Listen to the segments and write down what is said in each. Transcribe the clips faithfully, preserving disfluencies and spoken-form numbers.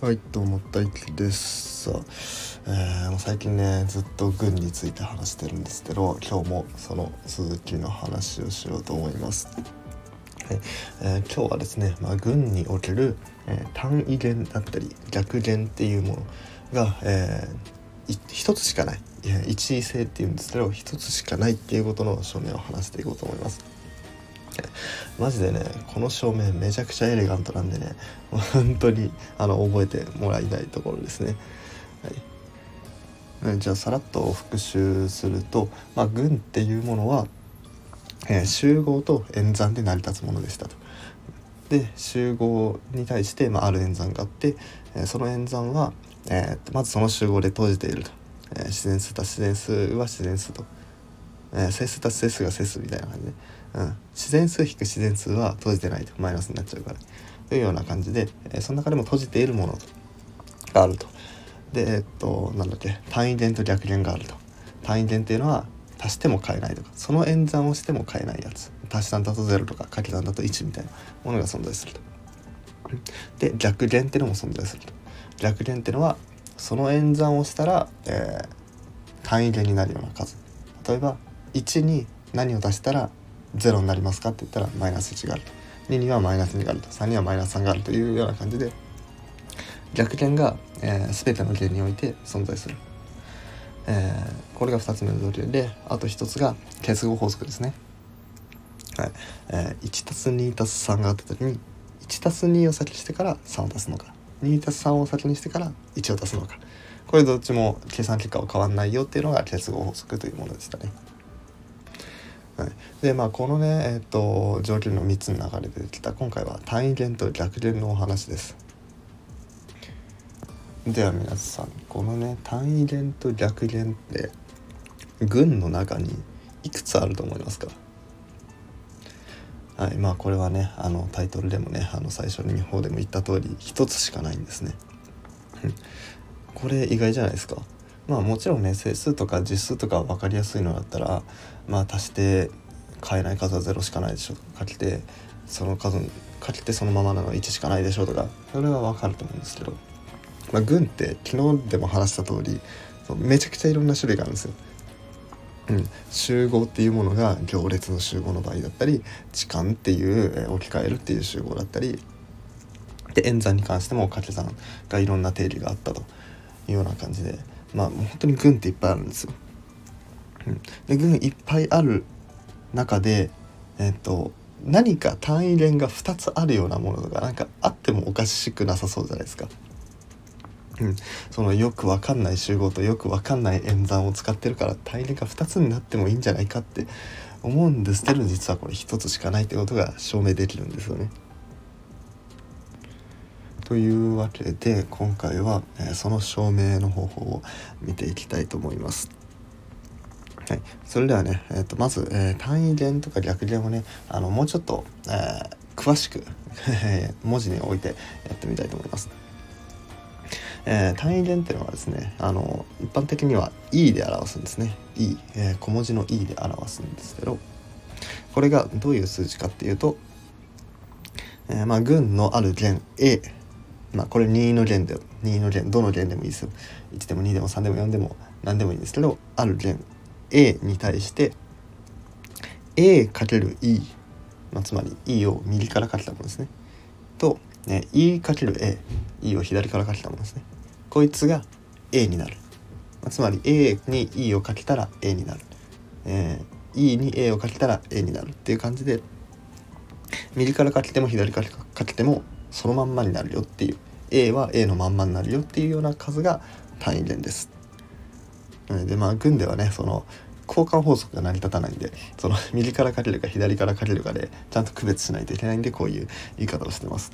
はい、どうも大輝です。さあ、えー、もう最近ねずっと軍について話してるんですけど、今日もその続きの話をしようと思います。はい、えー、今日はですね、まあ、軍における、えー、単位元だったり逆元っていうものが、えー、一つしかない、一位性っていうんですけど、一つしかないっていうことの証明を話していこうと思います。マジでねこの照明めちゃくちゃエレガントなんでね、もう本当にあの覚えてもらいたいところですね。はい、じゃあさらっと復習すると、まあ、軍っていうものは、えー、集合と演算で成り立つものでしたと。で集合に対して、まあ、ある演算があって、えー、その演算は、えー、まずその集合で閉じていると、えー、自然数足し自然数は自然数と、えー、整数足し整数が整数みたいな感じで、うん、自然数引く自然数は閉じてないとマイナスになっちゃうからというような感じで、えー、その中でも閉じているものがあると。でえー、っとなんだっけ単位元と逆元があると。単位元っていうのは足しても変えないとか、その演算をしても変えないやつ、足し算だとゼロとか掛け算だといちみたいなものが存在すると。で逆元っていうのも存在すると。逆元っていうのはその演算をしたら、えー、単位元になるような数、例えばいちに何を足したらゼロになりますかって言ったらマイナスいちがあると、ににはマイナスにがあると、さんにはマイナスさんがあるというような感じで、逆元が、えー、全ての元において存在する、えー、これがふたつめの条件で、あとひとつが結合法則ですね。はい、えー、いちたすにたすさんがあった時に いちたすに を先にしてからさんを足すのか、にたすさんを先にしてからいちを足すのか、これどっちも計算結果は変わんないよっていうのが結合法則というものでしたね。はい、でまあこのねえっ、ー、と条件のみっつの流れで出てきた今回は単位元と逆元のお話です。では皆さん、このね単位元と逆元って群の中にいくつあると思いますか？はい、まあこれはねあのタイトルでもねあの最初に方でも言った通り一つしかないんですね。これ意外じゃないですか。まあもちろんね整数とか実数とか分かりやすいのだったら、まあ足して変えない数はゼロしかないでしょ、かけてその数かけてそのままなのいちしかないでしょとか、それは分かると思うんですけど、まあ、群って昨日でも話した通りめちゃくちゃいろんな種類があるんですよ。うん、集合っていうものが行列の集合の場合だったり、置換っていう、えー、置き換えるっていう集合だったりで、演算に関しても掛け算がいろんな定理があったというような感じで、まあもう本当に群っていっぱいあるんですよ。うん、で群いっぱいある中で、えっと何か単位元がふたつあるようなものとかなんかあってもおかしくなさそうじゃないですか。うん、そのよくわかんない集合とよくわかんない演算を使ってるから単位元がふたつになってもいいんじゃないかって思うんですけど、実はこれひとつしかないってことが証明できるんですよね。というわけで今回は、えー、その証明の方法を見ていきたいと思います。はい、それではね、えー、とまず、えー、単位元とか逆元をねあのもうちょっと、えー、詳しく文字に置いてやってみたいと思います。えー、単位元っていうのはですね、あの一般的には E で表すんですね。E、えー、小文字の E で表すんですけど、これがどういう数字かっていうと、えー、まあ群のある元 A、まあこれにの元でにの元どの元でもいいですよ。いちでもにでもさんでもよんでも何でもいいんですけど、ある元 A に対して A×E、まあ、つまり E を右から書けたものですねと、ね、E×A、E を左から書けたものですね、こいつが A になる、まあ、つまり A に E をかけたら A になる、えー、E に A をかけたら A になるっていう感じで、右からかけても左からかけてもそのまんまになるよっていう、 A は A のまんまになるよっていうような数が単位元です。でまあ群ではねその交換法則が成り立たないんで、その右からかけるか左からかけるかでちゃんと区別しないといけないんで、こういう言い方をしてます。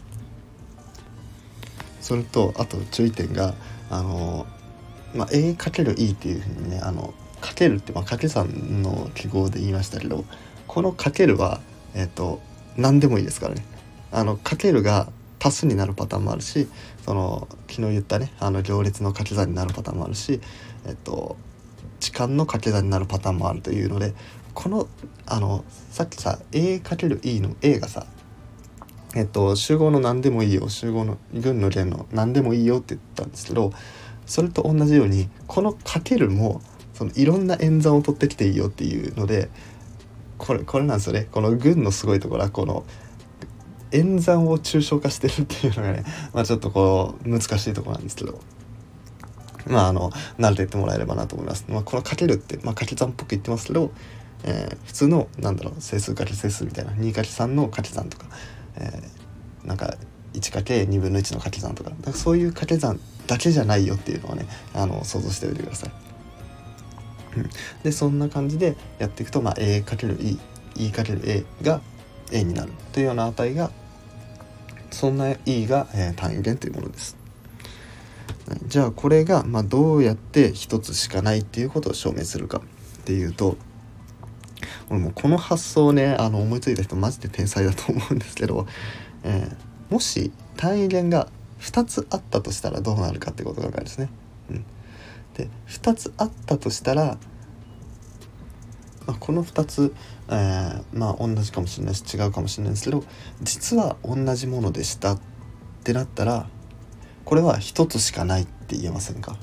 それとあと注意点が、あの、まあ、A かける E っていうふうにね、あのかけるってまあ掛け算の記号で言いましたけど、このかけるはえっと何でもいいですからね。あのかけるが足すになるパターンもあるし、その昨日言ったねあの行列の掛け算になるパターンもあるし、えっと置換の掛け算になるパターンもあるというので、このあのさっきさ A×E の A がさえっと集合の何でもいいよ、集合の群の弦の何でもいいよって言ったんですけど、それと同じようにこのかけるもそのいろんな演算を取ってきていいよっていうので、これこれなんですよね。この群のすごいところはこの演算を抽象化してるっていうのがね、まあちょっとこう難しいところなんですけど、まああの慣れていってもらえればなと思います。まあ、このかけるって、まあ、掛け算っぽく言ってますけど、えー、普通のなんだろう整数かけ整数みたいな にかけさん の掛け算とか、えー、なんか いちかけに 分のいちの掛け算とか、だからそういう掛け算だけじゃないよっていうのをね、あの想像しておいてください。うん、でそんな感じでやっていくと、まあ、A かける E、E かける A が A になるというような値が、そんな E が、えー、単位弦というものです。じゃあこれが、まあ、どうやって一つしかないっていうことを証明するかっていうと、俺もこの発想をねあの思いついた人マジで天才だと思うんですけど、えー、もし単位弦がふたつあったとしたらどうなるかってことが分かるんですね。うん、でふたつあったとしたら、まあ、このふたつ、えー、まあ同じかもしれないし違うかもしれないですけど、実は同じものでしたってなったら、これは一つしかないって言えませんか？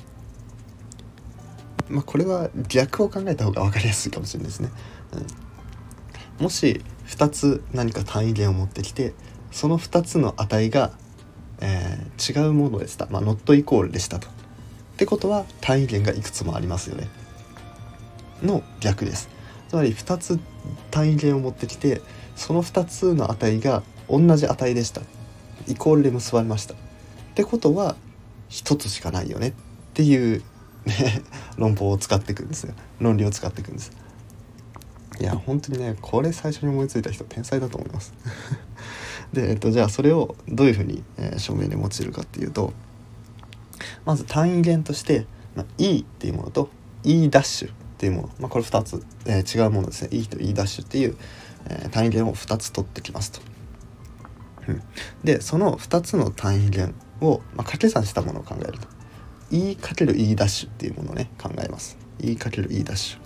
まあこれは逆を考えた方が分かりやすいかもしれないですね。うん、もしふたつ何か単位弦を持ってきて、そのふたつの値が、えー、違うものでした、まあ、ノットイコールでしたと。ってことは単位弦がいくつもありますよねの逆です。つまりふたつ単位弦を持ってきて、そのふたつの値が同じ値でした、イコールで結ばれましたってことはひとつしかないよねっていう、ね、論法を使っていくんですよ。論理を使っていくんです。いや本当にね、これ最初に思いついた人天才だと思いますで、えっと、じゃあそれをどういうふうに、えー、証明に用いるかっていうと、まず単位弦として、まあ、E っていうものと E' っていうもの、まあ、これふたつ、えー、違うものですね。 E と E' っていう、えー、単位弦をふたつ取ってきますと。うん、でそのふたつの単位弦を、まあ、掛け算したものを考えると E×E' っていうものをね考えます。 E×E'、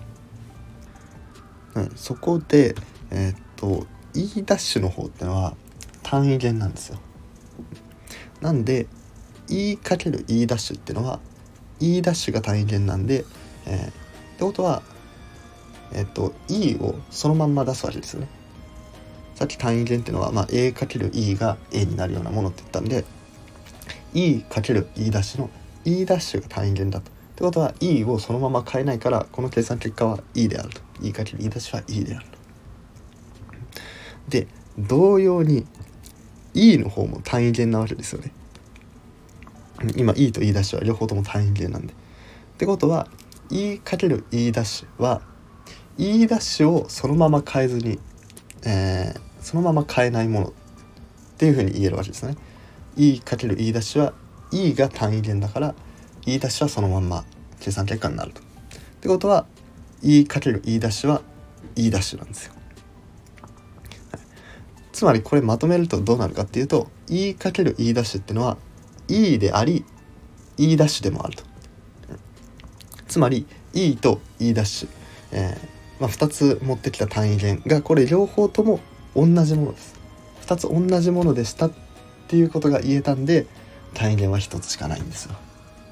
うん、そこでえー、っと E' の方ってのは単位弦なんですよ。なんで E×E' ってのは E' が単位弦なんで、えー、ってことはえー、っと E をそのまんま出すわけですよね。さっき単位弦っていうのは、まあ、A×E が A になるようなものって言ったんで E×E' の E' が単位弦だと。ってことは E をそのまま変えないから、この計算結果は E であると。E×E' は E であると。で同様に E の方も単位弦なわけですよね。今 E と E' は両方とも単位弦なんで。ってことは E×E' は E' をそのまま変えずに、えー、そのまま変えないものっていうふうに言えるわけですね。 E×E' は E が単位弦だから E' はそのまんま計算結果になると。ってことは E×E' は E' なんですよ。はい、つまりこれまとめるとどうなるかっていうと E×E' っていうのは E であり E' でもあると。つまり E と E'、えーまあ、ふたつ持ってきた単位弦がこれ両方とも同じものです。ふたつ同じものでしたっていうことが言えたんで、単位弦はひとつしかないんですよ。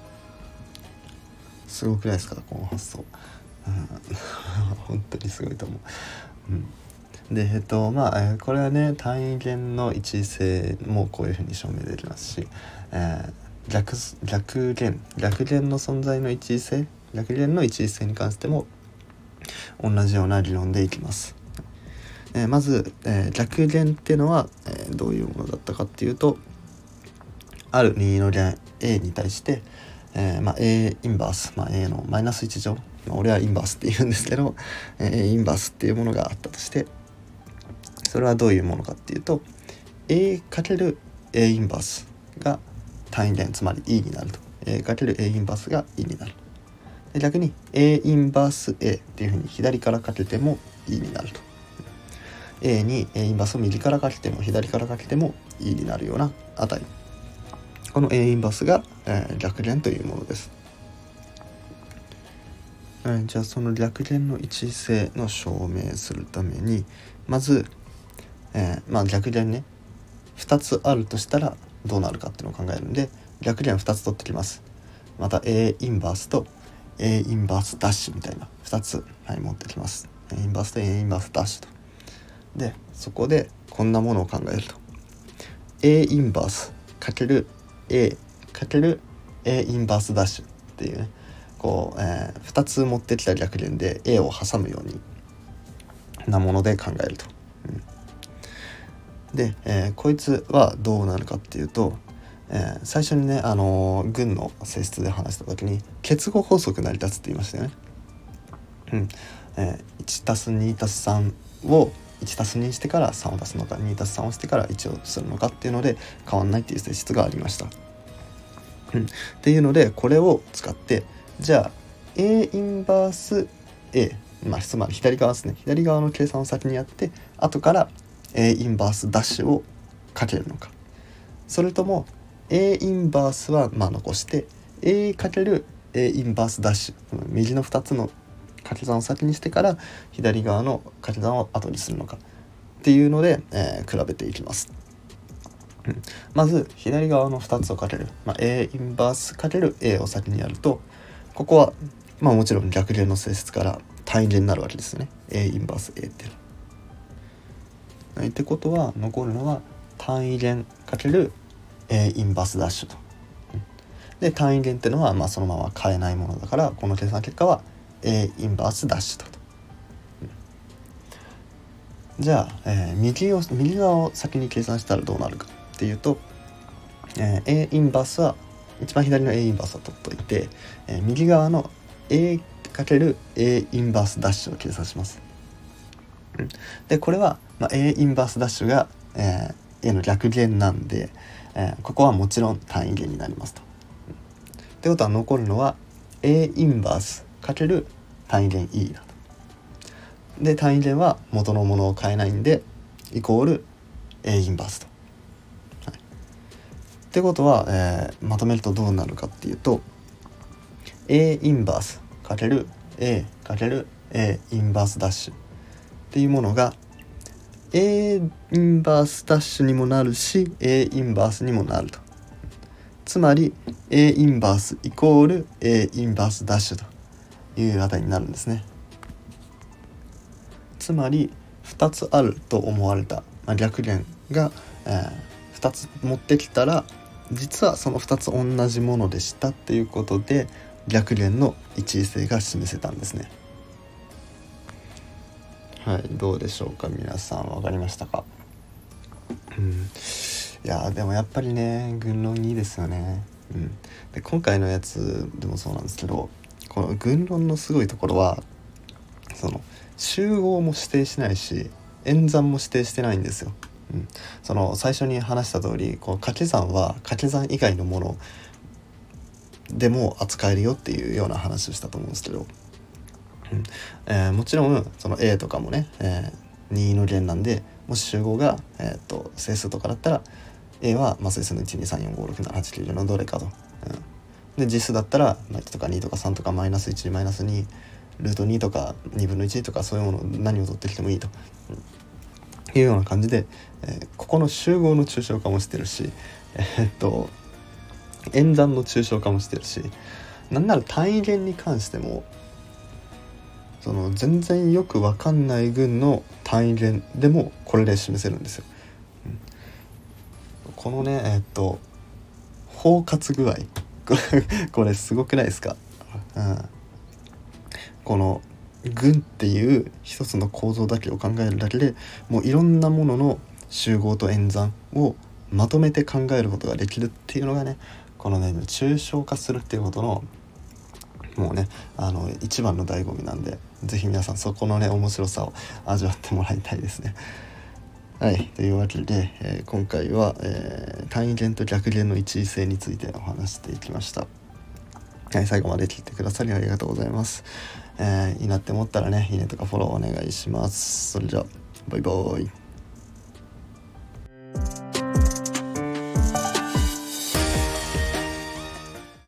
すごくないですかこの発想、うん、本当にすごいと思う。うん、でえっとまあ、えー、これはね単位弦の一位性もこういうふうに証明できますし、えー、逆逆弦逆弦の存在の一位性逆弦の一位性に関しても同じような理論でいきます。えー、まず、えー、逆弦っていうのは、えー、どういうものだったかっていうと、ある任意の弦 A に対して、えーまあ、A インバース、まあ、A のマイナスいち乗、まあ、俺はインバースって言うんですけど、えー、A インバースっていうものがあったとして、それはどういうものかっていうと A×A インバースが単位弦、つまり E になると。 A×A インバースが E になる。で逆に A インバース A っていうふうに左からかけても E になると。 A に A インバースを右からかけても左からかけても E になるような値、この A インバースが、えー、逆弦というものです。えー、じゃあその逆弦の一位性の証明するためにまず、えー、まあ逆弦ねふたつあるとしたらどうなるかっていうのを考えるんで、逆連ふたつ取ってきます。また A インバースと A インバースダッシュみたいなふたつ、はい、持ってきます。 A インバースと A インバースダッシュと。でそこでこんなものを考えると、 A インバース×A ×A インバースダッシュっていうね、こう、えー、ふたつ持ってきた逆連で A を挟むようになもので考えると、うん、で、えー、こいつはどうなるかっていうと、えー、最初にね、あのー、群の性質で話した時に結合法則成り立つって言いましたよね。うんえー、いちたすにたすさん をいちたすにしてからさんを出すのか、にたすさんをしてからいちをするのかっていうので変わんないっていう性質がありました。うん、っていうのでこれを使って、じゃあ A インバース A、まあ、つまり左側ですね、左側の計算を先にやって後から A インバースダッシュをかけるのか、それとも A インバースはまあ残して A かける A インバースダッシュ、右のふたつの掛け算を先にしてから左側の掛け算を後にするのかっていうので、えー、比べていきます。うん、まず左側のふたつをかける、まあ、A インバースかける A を先にやると、ここはまあもちろん逆連の性質から単位連になるわけですよね。 A インバース A っていうのってことは残るのは単位連かける A インバースダッシュと、うん、で単位連っていうのはまあそのまま変えないものだから、この計算結果は A インバースダッシュだと、うん、じゃあ、えー、右を右側を先に計算したらどうなるかっていうと、えー、A インバースは一番左の A インバースを取っといて、えー、右側の A かける A インバースダッシュを計算します。うん、でこれは、まあ、A インバースダッシュが、えー、A の逆弦なんで、えー、ここはもちろん単位弦になりますと。うん、ってことは残るのは A インバースかける単位弦 E だと。で単位弦は元のものを変えないんでイコール A インバースと。はい、ってことは、えー、まとめるとどうなるかっていうと A インバースかける A かける A インバースダッシュっていうものが A インバースダッシュにもなるし A インバースにもなると。つまり A インバースイコール A インバースダッシュという値になるんですね。つまりふたつあると思われた、まあ、逆連が、えー、ふたつ持ってきたら実はそのふたつ同じものでしたっていうことで逆連の一位性が示せたんですね。はい、どうでしょうか皆さん、分かりましたか？うん、いやでもやっぱりね群論いいですよね。うん、で今回のやつでもそうなんですけど、この群論のすごいところはその集合も指定しないし演算も指定してないんですよ。うん、その最初に話した通りこう掛け算は掛け算以外のものでも扱えるよっていうような話をしたと思うんですけど、うんえー、もちろんその A とかもね、えー、にの弦なんで、もし集合が、えー、と整数とかだったら A はまあ整数のいちにさんよんごろくななはちきゅうじゅうのどれかと、うん、で実数だったらいちとかにとかさんとかマイナスいちマイナスにルートにとかにぶんのいちとかそういうもの何を取ってきてもいいと、うん、いうような感じで、えー、ここの集合の抽象化もしてるし、えー、っと演算の抽象化もしてるし、なんなら単位弦に関してもその全然よく分かんない群の単位弦でもこれで示せるんですよ。うん、このねえー、っと包括具合これすごくないですか？うん、この群っていう一つの構造だけを考えるだけでもういろんなものの集合と演算をまとめて考えることができるっていうのがね、このね抽象化するっていうことのもうねあの一番の醍醐味なんで、ぜひ皆さんそこのね面白さを味わってもらいたいですね。はい、というわけで、えー、今回は、えー、単位弦と逆弦の一位性についてお話していきました。はい、最後まで聞いてくださりありがとうございます。えー、いいなって思ったらねいいねとかフォローお願いします。それじゃあバイバイ。